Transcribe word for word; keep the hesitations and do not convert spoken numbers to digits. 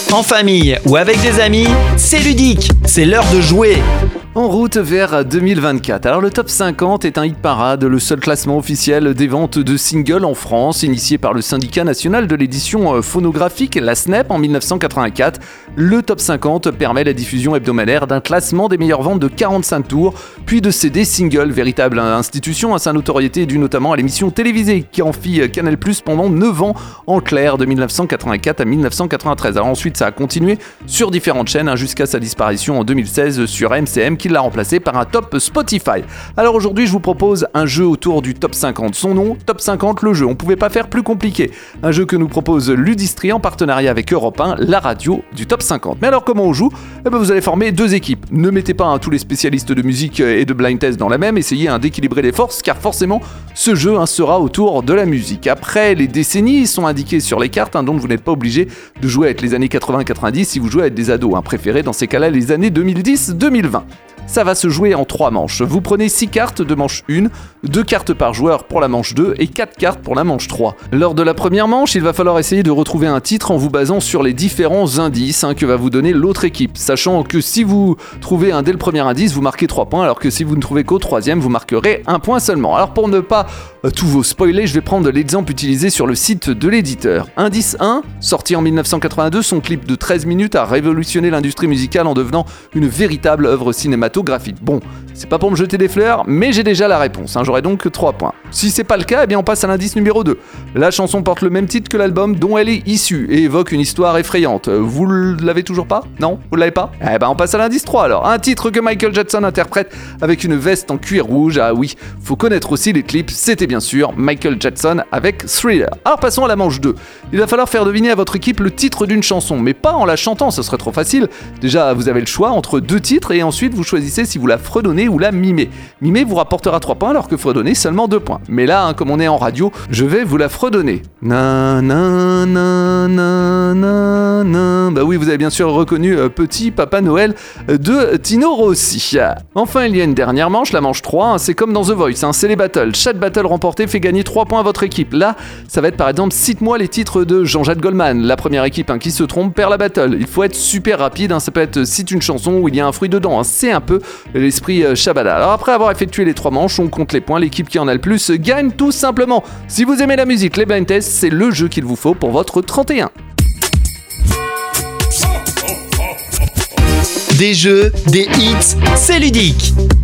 En famille ou avec des amis, c'est ludique, c'est l'heure de jouer. En route vers deux mille vingt-quatre. Alors le top cinquante est un hit parade, le seul classement officiel des ventes de singles en France, initié par le syndicat national de l'édition phonographique, la S N E P, en dix-neuf cent quatre-vingt-quatre. Le top cinquante permet la diffusion hebdomadaire d'un classement des meilleures ventes de quarante-cinq tours, puis de C D singles, véritable institution à sa notoriété due notamment à l'émission télévisée qui en fit Canal plus pendant neuf ans en clair, de dix-neuf cent quatre-vingt-quatre à dix-neuf cent quatre-vingt-treize. Alors ensuite ça a continué sur différentes chaînes hein, jusqu'à sa disparition en deux mille seize sur M C M, qui l'a remplacé par un top Spotify. Alors aujourd'hui je vous propose un jeu autour du top cinquante. Son nom, Top cinquante le jeu. On pouvait pas faire plus compliqué. Un jeu que nous propose Ludistri en partenariat avec Europe un, la radio du top cinquante. Mais alors comment on joue ? Eh ben, vous allez former deux équipes. Ne mettez pas hein, tous les spécialistes de musique et de blind test dans la même, essayez hein, d'équilibrer les forces car forcément ce jeu hein, sera autour de la musique. Après, les décennies sont indiquées sur les cartes, hein, donc vous n'êtes pas obligé de jouer avec les années quatre-vingts quatre-vingt-dix si vous jouez avec des ados hein, préférés dans ces cas-là les années deux mille dix deux mille vingt. Ça va se jouer en trois manches. Vous prenez six cartes de manche un, deux cartes par joueur pour la manche deux et quatre cartes pour la manche trois. Lors de la première manche, il va falloir essayer de retrouver un titre en vous basant sur les différents indices hein, que va vous donner l'autre équipe, sachant que si vous trouvez un dès le premier indice, vous marquez trois points, alors que si vous ne trouvez qu'au troisième, vous marquerez un point seulement. Alors pour ne pas euh, tout vous spoiler, je vais prendre l'exemple utilisé sur le site de l'éditeur. Indice un, sorti en dix-neuf cent quatre-vingt-deux, son clip de treize minutes a révolutionné l'industrie musicale en devenant une véritable œuvre cinématographique. Bon, c'est pas pour me jeter des fleurs, mais j'ai déjà la réponse, hein, j'aurai donc trois points. Si c'est pas le cas, eh bien on passe à l'indice numéro deux. La chanson porte le même titre que l'album dont elle est issue et évoque une histoire effrayante. Vous l'avez toujours pas ? Non ? Vous l'avez pas ? Eh ben on passe à l'indice trois alors. Un titre que Michael Jackson interprète avec une veste en cuir rouge. Ah oui, faut connaître aussi les clips, c'était bien sûr Michael Jackson avec Thriller. Alors passons à la manche deux. Il va falloir faire deviner à votre équipe le titre d'une chanson, mais pas en la chantant, ce serait trop facile. Déjà, vous avez le choix entre deux titres et ensuite vous choisissez si vous la fredonnez ou la mimez. Mimer vous rapportera trois points alors que fredonner seulement deux points. Mais là, hein, comme on est en radio, je vais vous la fredonner. Na na na na na na. Bah oui, vous avez bien sûr reconnu euh, Petit Papa Noël de Tino Rossi. Enfin, il y a une dernière manche, la manche trois, hein, c'est comme dans The Voice, hein, c'est les battles. Chaque battle remporté fait gagner trois points à votre équipe. Là, ça va être par exemple cite-moi les titres de Jean-Jacques Goldman. La première équipe hein, qui se trompe perd la battle. Il faut être super rapide, hein, ça peut être cite une chanson où il y a un fruit dedans. Hein. C'est un peu l'esprit euh, Shabada. Alors après avoir effectué les trois manches, on compte les points. L'équipe qui en a le plus gagne tout simplement. Si vous aimez la musique, les blind tests, c'est le jeu qu'il vous faut pour votre trente et un. Des jeux, des hits, c'est ludique.